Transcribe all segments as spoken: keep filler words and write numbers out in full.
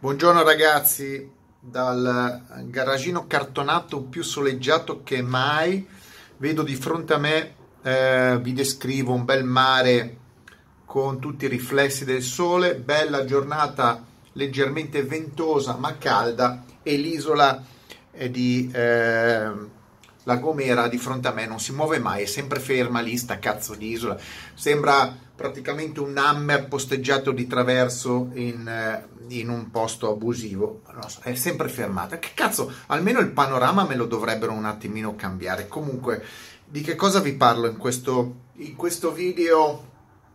Buongiorno ragazzi, dal garagino cartonato più soleggiato che mai. Vedo di fronte a me, eh, vi descrivo un bel mare con tutti i riflessi del sole, bella giornata leggermente ventosa ma calda, e l'isola è di eh, La Gomera di fronte a me non si muove mai, è sempre ferma lì, sta cazzo di isola. Sembra praticamente un Hummer posteggiato di traverso in, eh, in un posto abusivo. Non so, è sempre fermata. Che cazzo, almeno il panorama me lo dovrebbero un attimino cambiare. Comunque, di che cosa vi parlo in questo, in questo video?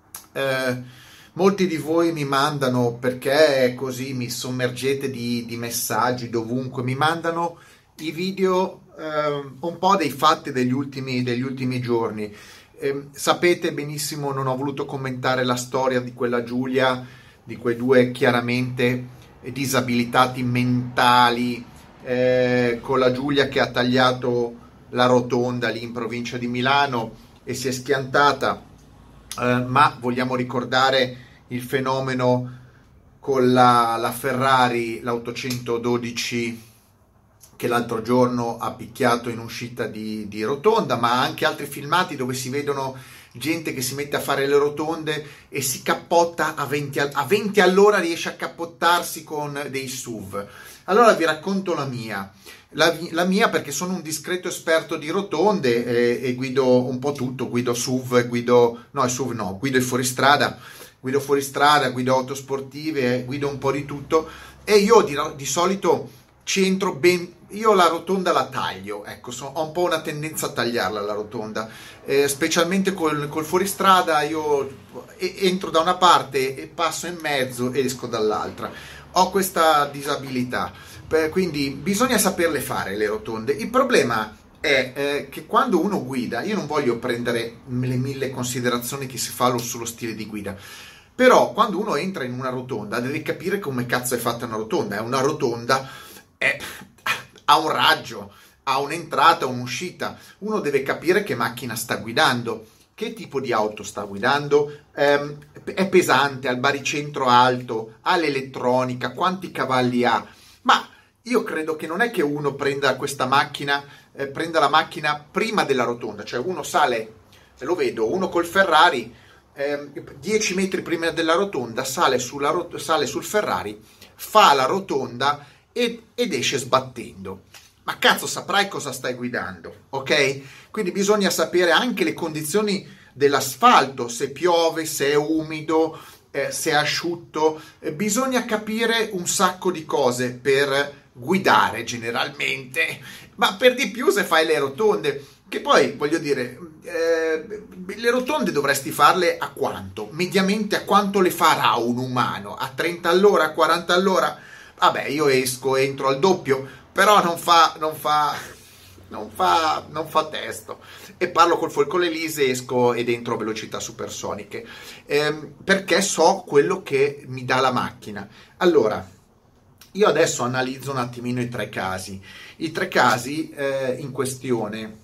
Eh, molti di voi mi mandano, perché così mi sommergete di, di messaggi dovunque, mi mandano i video eh, un po' dei fatti degli ultimi, degli ultimi giorni. Eh, sapete benissimo, non ho voluto commentare la storia di quella Giulia, di quei due chiaramente disabilitati mentali, eh, con la Giulia che ha tagliato la rotonda lì in provincia di Milano e si è schiantata, eh, ma vogliamo ricordare il fenomeno con la, la Ferrari, l'ottocentododici, che l'altro giorno ha picchiato in uscita di, di rotonda, ma anche altri filmati dove si vedono gente che si mette a fare le rotonde e si cappotta a venti, a venti all'ora, riesce a cappottarsi con dei S U V. Allora vi racconto la mia, la, la mia perché sono un discreto esperto di rotonde e, e guido un po' tutto, guido S U V, guido, no, S U V no, guido i fuoristrada, guido fuoristrada, guido auto sportive, guido un po' di tutto, e io di, di solito centro ben, io la rotonda la taglio, ecco, so, ho un po' una tendenza a tagliarla la rotonda, eh, specialmente col, col fuoristrada. Io entro da una parte e passo in mezzo e esco dall'altra, ho questa disabilità, eh, quindi bisogna saperle fare le rotonde. Il problema è eh, che quando uno guida, io non voglio prendere le mille considerazioni che si fa sullo stile di guida, però quando uno entra in una rotonda deve capire come cazzo è fatta una rotonda. È una rotonda, è, ha un raggio, ha un'entrata, un'uscita. Uno deve capire che macchina sta guidando, che tipo di auto sta guidando, ehm, è pesante, ha il baricentro alto, ha l'elettronica, quanti cavalli ha. Ma io credo che non è che uno prenda questa macchina, eh, prenda la macchina prima della rotonda, cioè uno sale, lo vedo, uno col Ferrari, eh, dieci metri prima della rotonda, sale, sulla rot- sale sul Ferrari, fa la rotonda ed, ed esce sbattendo. Ma cazzo, saprai cosa stai guidando, ok? Quindi bisogna sapere anche le condizioni dell'asfalto, se piove, se è umido, eh, se è asciutto. Eh, bisogna capire un sacco di cose per guidare generalmente, ma per di più se fai le rotonde, che poi voglio dire, eh, le rotonde dovresti farle a quanto? Mediamente a quanto le farà un umano? A trenta all'ora, a quaranta all'ora? Vabbè, io esco, entro al doppio, però non fa, non fa, non fa, non fa testo. E parlo col Folco Elise, esco ed entro a velocità supersoniche, ehm, perché so quello che mi dà la macchina. Allora, io adesso analizzo un attimino i tre casi. I tre casi eh, in questione.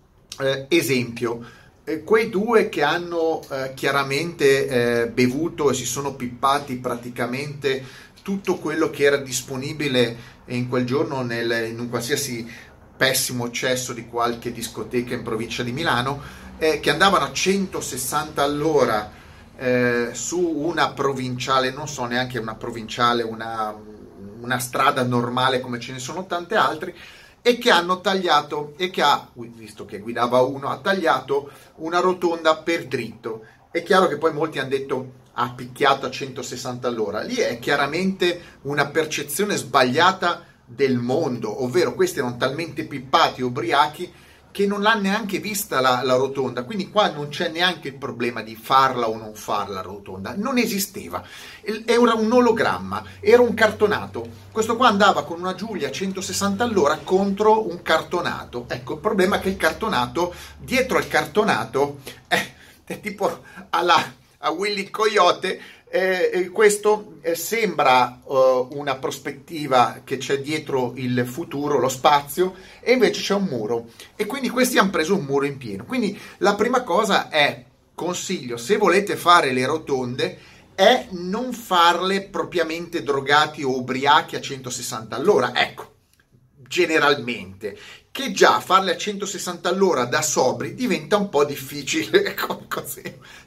Eh, esempio, eh, quei due che hanno eh, chiaramente eh, bevuto e si sono pippati praticamente tutto quello che era disponibile in quel giorno nel, in un qualsiasi pessimo cesso di qualche discoteca in provincia di Milano, eh, che andavano a centosessanta all'ora eh, su una provinciale, non so neanche una provinciale, una, una strada normale come ce ne sono tante altre, e che hanno tagliato, e che ha, visto che guidava uno, ha tagliato una rotonda per dritto. È chiaro che poi molti hanno detto ha picchiato a centosessanta all'ora. Lì è chiaramente una percezione sbagliata del mondo, ovvero questi erano talmente pippati, ubriachi, che non l'hanno neanche vista la, la rotonda. Quindi qua non c'è neanche il problema di farla o non farla la rotonda, non esisteva, era un ologramma, era un cartonato. Questo qua andava con una Giulia a centosessanta all'ora contro un cartonato. Ecco, il problema è che il cartonato, dietro al cartonato, è, è tipo alla, a Willy il Coyote. Eh, questo eh, sembra uh, una prospettiva che c'è dietro il futuro, lo spazio, e invece c'è un muro, e quindi questi hanno preso un muro in pieno. Quindi la prima cosa è, consiglio, se volete fare le rotonde, è non farle propriamente drogati o ubriachi a centosessanta all'ora. Ecco, generalmente, che già farle a centosessanta all'ora da sobri diventa un po' difficile, così.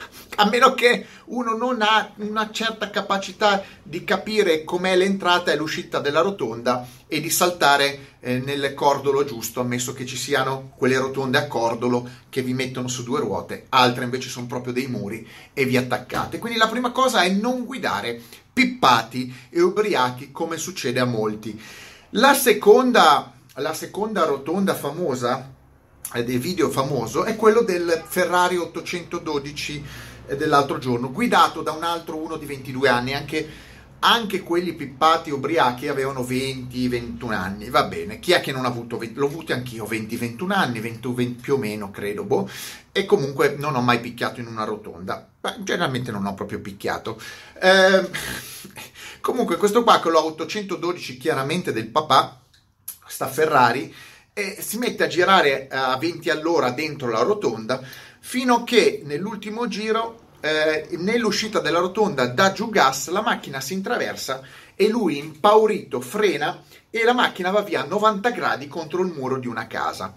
A meno che uno non ha una certa capacità di capire com'è l'entrata e l'uscita della rotonda e di saltare eh, nel cordolo giusto, ammesso che ci siano quelle rotonde a cordolo che vi mettono su due ruote, altre invece sono proprio dei muri e vi attaccate. Quindi la prima cosa è non guidare pippati e ubriachi come succede a molti. La seconda, la seconda rotonda famosa, eh, del video famoso, è quello del Ferrari ottocentododici dell'altro giorno, guidato da un altro uno di ventidue anni. Anche, anche quelli pippati ubriachi avevano venti ventuno anni, va bene. Chi è che non ha avuto venti? L'ho avuto anch'io, venti ventuno anni, venti, venti più o meno credo, boh. E comunque non ho mai picchiato in una rotonda. Beh, generalmente non ho proprio picchiato. Eh, comunque questo qua con la ottocentododici chiaramente del papà, sta Ferrari, e si mette a girare a venti all'ora dentro la rotonda fino a che nell'ultimo giro, eh, nell'uscita della rotonda dà giù gas, la macchina si intraversa e lui impaurito frena e la macchina va via a novanta gradi contro il muro di una casa.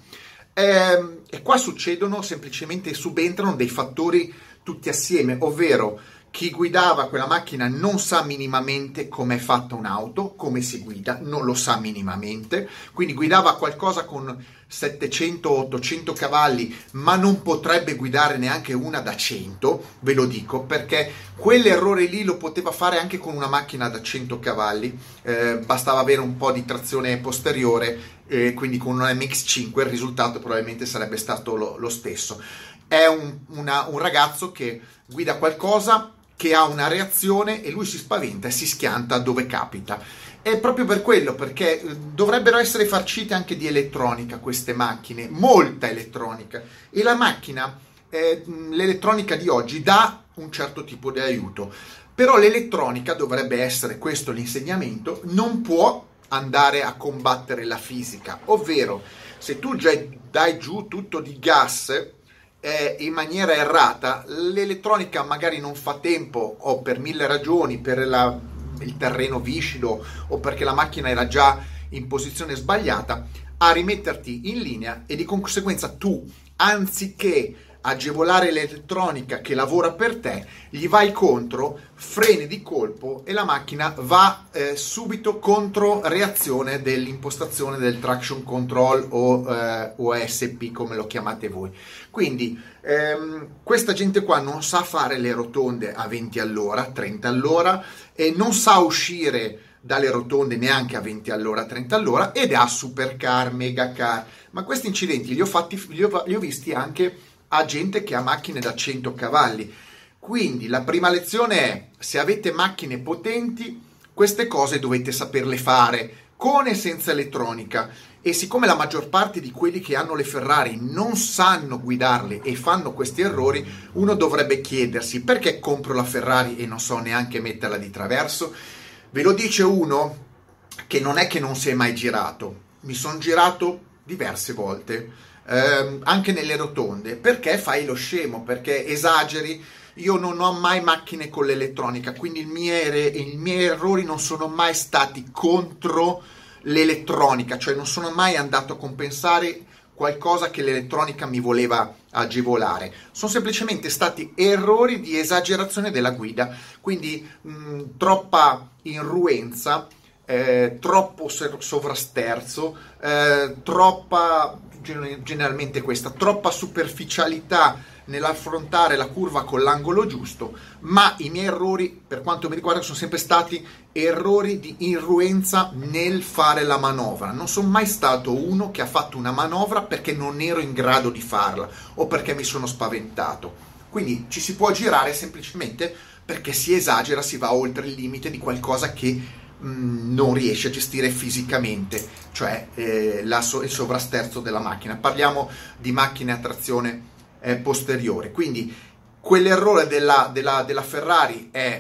Eh, e qua succedono, semplicemente subentrano dei fattori tutti assieme, ovvero chi guidava quella macchina non sa minimamente com'è fatta un'auto, come si guida, non lo sa minimamente, quindi guidava qualcosa con settecento ottocento cavalli, ma non potrebbe guidare neanche una da cento, ve lo dico, perché quell'errore lì lo poteva fare anche con una macchina da cento cavalli, eh, bastava avere un po' di trazione posteriore, eh, quindi con un M X cinque il risultato probabilmente sarebbe stato lo, lo stesso. È un, una, un ragazzo che guida qualcosa, che ha una reazione e lui si spaventa e si schianta dove capita. È proprio per quello, perché dovrebbero essere farcite anche di elettronica queste macchine, molta elettronica, e la macchina, eh, l'elettronica di oggi dà un certo tipo di aiuto, però l'elettronica dovrebbe essere, questo l'insegnamento, non può andare a combattere la fisica, ovvero se tu già dai giù tutto di gas Eh, in maniera errata, l'elettronica magari non fa tempo, o per mille ragioni, per la, il terreno viscido o perché la macchina era già in posizione sbagliata, a rimetterti in linea, e di conseguenza tu, anziché agevolare l'elettronica che lavora per te, gli vai contro, freni di colpo e la macchina va eh, subito contro reazione dell'impostazione del traction control o eh, O S P, come lo chiamate voi. Quindi ehm, questa gente qua non sa fare le rotonde a venti all'ora, trenta all'ora, e non sa uscire dalle rotonde neanche a venti all'ora, trenta all'ora, ed ha supercar, megacar. Ma questi incidenti li ho, fatti, li ho, li ho visti anche a gente che ha macchine da cento cavalli. Quindi la prima lezione è: se avete macchine potenti, queste cose dovete saperle fare con e senza elettronica, e siccome la maggior parte di quelli che hanno le Ferrari non sanno guidarle e fanno questi errori, uno dovrebbe chiedersi: perché compro la Ferrari e non so neanche metterla di traverso? Ve lo dice uno che non è che non si è mai girato. Mi sono girato diverse volte, Eh, anche nelle rotonde. Perché fai lo scemo? Perché esageri? Io non ho mai macchine con l'elettronica, quindi i miei, i miei errori non sono mai stati contro l'elettronica, cioè non sono mai andato a compensare qualcosa che l'elettronica mi voleva agevolare, sono semplicemente stati errori di esagerazione della guida, quindi mh, troppa irruenza, eh, troppo sovrasterzo, eh, troppa, generalmente questa, troppa superficialità nell'affrontare la curva con l'angolo giusto. Ma i miei errori, per quanto mi riguarda, sono sempre stati errori di irruenza nel fare la manovra. Non sono mai stato uno che ha fatto una manovra perché non ero in grado di farla o perché mi sono spaventato. Quindi ci si può girare semplicemente perché si esagera, si va oltre il limite di qualcosa che non riesce a gestire fisicamente, cioè eh, la so- il sovrasterzo della macchina. Parliamo di macchine a trazione eh, posteriore. Quindi quell'errore della, della, della Ferrari è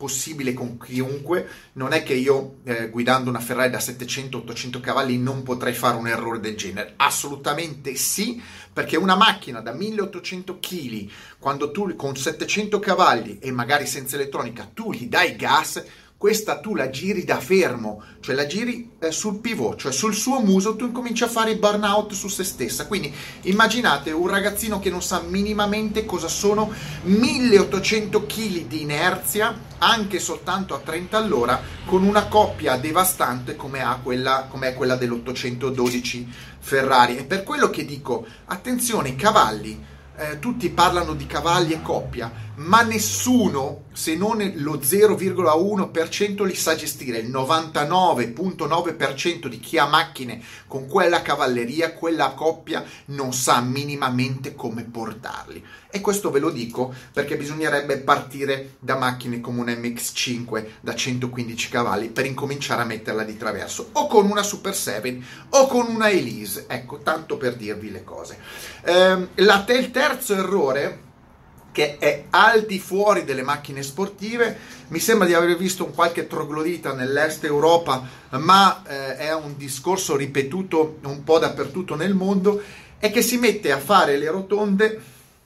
possibile con chiunque. Non è che io eh, guidando una Ferrari da settecento ottocento cavalli non potrei fare un errore del genere. Assolutamente sì, perché una macchina da milleottocento chili, quando tu con settecento cavalli e magari senza elettronica tu gli dai gas, questa tu la giri da fermo, cioè la giri eh, sul pivot, cioè sul suo muso tu incominci a fare il burnout su se stessa. Quindi immaginate un ragazzino che non sa minimamente cosa sono milleottocento chili di inerzia, anche soltanto a trenta all'ora, con una coppia devastante come, ha quella, come è quella dell'ottocentododici Ferrari. E per quello che dico, attenzione, i cavalli, Eh, tutti parlano di cavalli e coppia, ma nessuno, se non lo zero virgola uno per cento, li sa gestire. Il novantanove virgola nove per cento di chi ha macchine con quella cavalleria, quella coppia, non sa minimamente come portarli. E questo ve lo dico perché bisognerebbe partire da macchine come un M X cinque da centoquindici cavalli per incominciare a metterla di traverso, o con una Super sette o con una Elise, ecco, tanto per dirvi le cose. Eh, la, il terzo errore, che è al di fuori delle macchine sportive, mi sembra di aver visto un qualche troglodita nell'est Europa, ma eh, è un discorso ripetuto un po' dappertutto nel mondo, è che si mette a fare le rotonde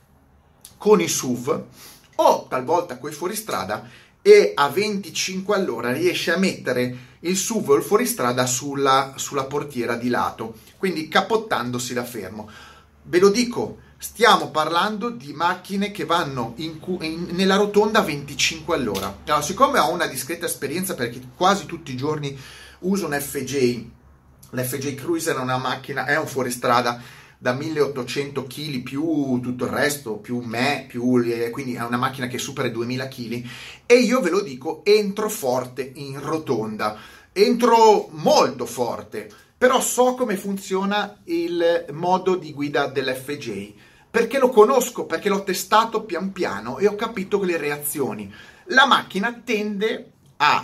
con i S U V o talvolta coi fuoristrada e a venticinque all'ora riesce a mettere il S U V o il fuoristrada sulla, sulla portiera di lato, quindi capottandosi da fermo. Ve lo dico, stiamo parlando di macchine che vanno in, in, nella rotonda a venticinque all'ora. Allora, siccome ho una discreta esperienza, perché quasi tutti i giorni uso un F J, l'F J Cruiser è una macchina, è un fuoristrada da milleottocento chili più tutto il resto, più me, più, eh, quindi è una macchina che supera i duemila chili, e io ve lo dico, entro forte in rotonda, entro molto forte, però so come funziona il modo di guida dell'F J, perché lo conosco, perché l'ho testato pian piano e ho capito le reazioni. La macchina tende a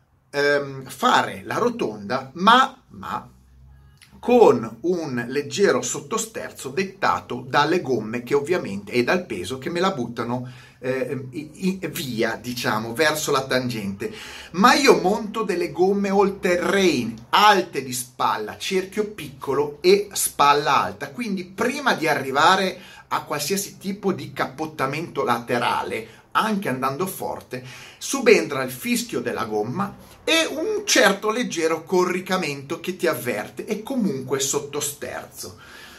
ehm, fare la rotonda, ma, ma con un leggero sottosterzo dettato dalle gomme che ovviamente e dal peso che me la buttano eh, in, via, diciamo, verso la tangente. Ma io monto delle gomme all terrain, alte di spalla, cerchio piccolo e spalla alta, quindi prima di arrivare a qualsiasi tipo di cappottamento laterale, anche andando forte, subentra il fischio della gomma e un certo leggero corricamento che ti avverte, e comunque sottosterzo.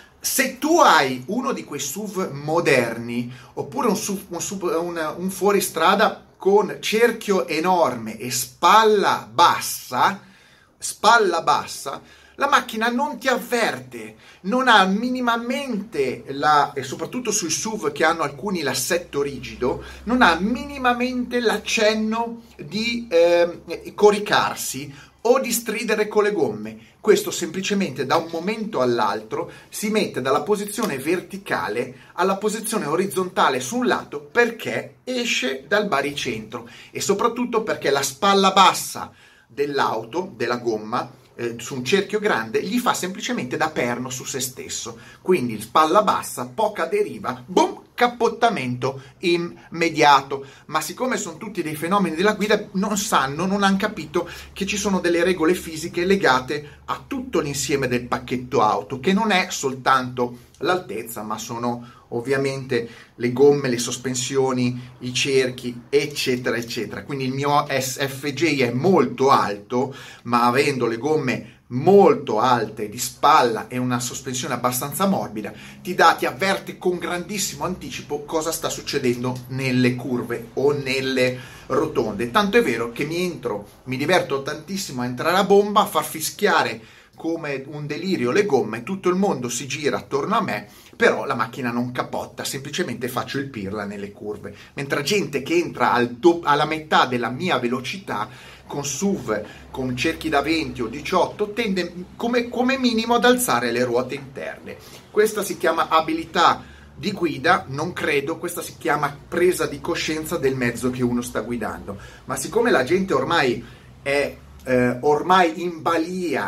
Se tu hai uno di quei S U V moderni, oppure un, SUV, un, SUV, un, un fuoristrada con cerchio enorme e spalla bassa, spalla bassa, la macchina non ti avverte, non ha minimamente, la, e soprattutto sui S U V che hanno alcuni l'assetto rigido, non ha minimamente l'accenno di eh, coricarsi o di stridere con le gomme. Questo semplicemente da un momento all'altro si mette dalla posizione verticale alla posizione orizzontale su un lato, perché esce dal baricentro e soprattutto perché la spalla bassa dell'auto, della gomma, Eh, su un cerchio grande, gli fa semplicemente da perno su se stesso, quindi spalla bassa, poca deriva, boom, cappottamento immediato. Ma siccome sono tutti dei fenomeni della guida, non sanno, non hanno capito che ci sono delle regole fisiche legate a tutto l'insieme del pacchetto auto, che non è soltanto l'altezza, ma sono ovviamente le gomme, le sospensioni, i cerchi, eccetera eccetera. Quindi il mio F J è molto alto, ma avendo le gomme molto alte di spalla e una sospensione abbastanza morbida, ti dà, ti avverte con grandissimo anticipo cosa sta succedendo nelle curve o nelle rotonde. Tanto è vero che mi entro, mi diverto tantissimo a entrare a bomba, a far fischiare come un delirio le gomme, tutto il mondo si gira attorno a me, però la macchina non capotta, semplicemente faccio il pirla nelle curve, mentre gente che entra al do- alla metà della mia velocità con S U V, con cerchi da venti o diciotto, tende come, come minimo ad alzare le ruote interne. Questa si chiama abilità di guida, non credo, questa si chiama presa di coscienza del mezzo che uno sta guidando. Ma siccome la gente ormai è eh, ormai in balia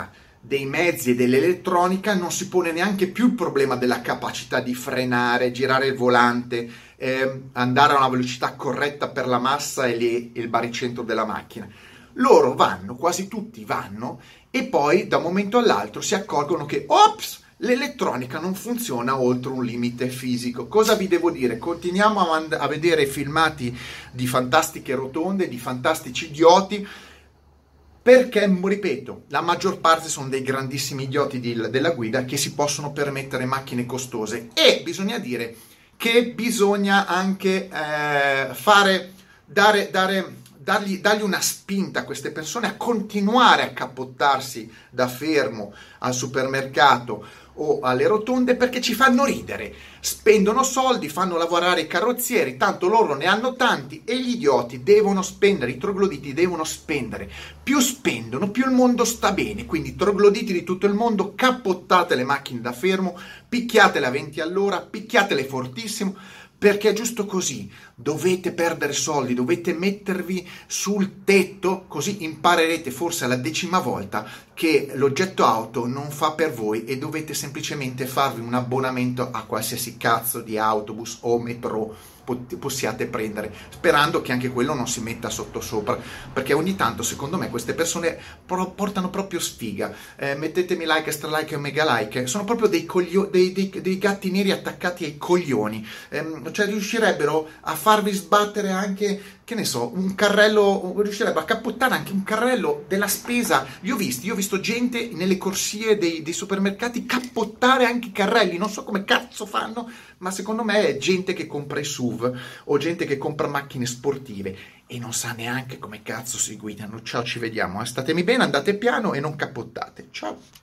dei mezzi e dell'elettronica non si pone neanche più il problema della capacità di frenare, girare il volante, eh, andare a una velocità corretta per la massa e, le, e il baricentro della macchina. Loro vanno, quasi tutti vanno, e poi da un momento all'altro si accorgono che, ops, l'elettronica non funziona oltre un limite fisico. Cosa vi devo dire? Continuiamo a, mand- a vedere filmati di fantastiche rotonde, di fantastici idioti, perché, ripeto, la maggior parte sono dei grandissimi idioti di, della guida che si possono permettere macchine costose, e bisogna dire che bisogna anche eh, fare, dare, dare, dargli, dargli una spinta a queste persone a continuare a cappottarsi da fermo al supermercato o alle rotonde, perché ci fanno ridere, spendono soldi, fanno lavorare i carrozzieri, tanto loro ne hanno tanti e gli idioti devono spendere, i trogloditi devono spendere, più spendono più il mondo sta bene, quindi trogloditi di tutto il mondo, cappottate le macchine da fermo, picchiatele a venti all'ora, picchiatele fortissimo, perché è giusto così, dovete perdere soldi, dovete mettervi sul tetto, così imparerete forse alla decima volta che l'oggetto auto non fa per voi e dovete semplicemente farvi un abbonamento a qualsiasi cazzo di autobus o metro possiate prendere, sperando che anche quello non si metta sotto sopra, perché ogni tanto secondo me queste persone portano proprio sfiga. Eh, mettetemi like, extra like e mega like, sono proprio dei, coglio- dei, dei, dei gatti neri attaccati ai coglioni, eh, cioè riuscirebbero a farvi sbattere anche, che ne so, un carrello, riuscirebbero a cappottare anche un carrello della spesa. Io ho visto, io ho visto gente nelle corsie dei, dei supermercati cappottare anche i carrelli, non so come cazzo fanno, ma secondo me è gente che compra i S U V o gente che compra macchine sportive e non sa neanche come cazzo si guidano. Ciao, ci vediamo, eh. Statemi bene, andate piano e non cappottate. Ciao.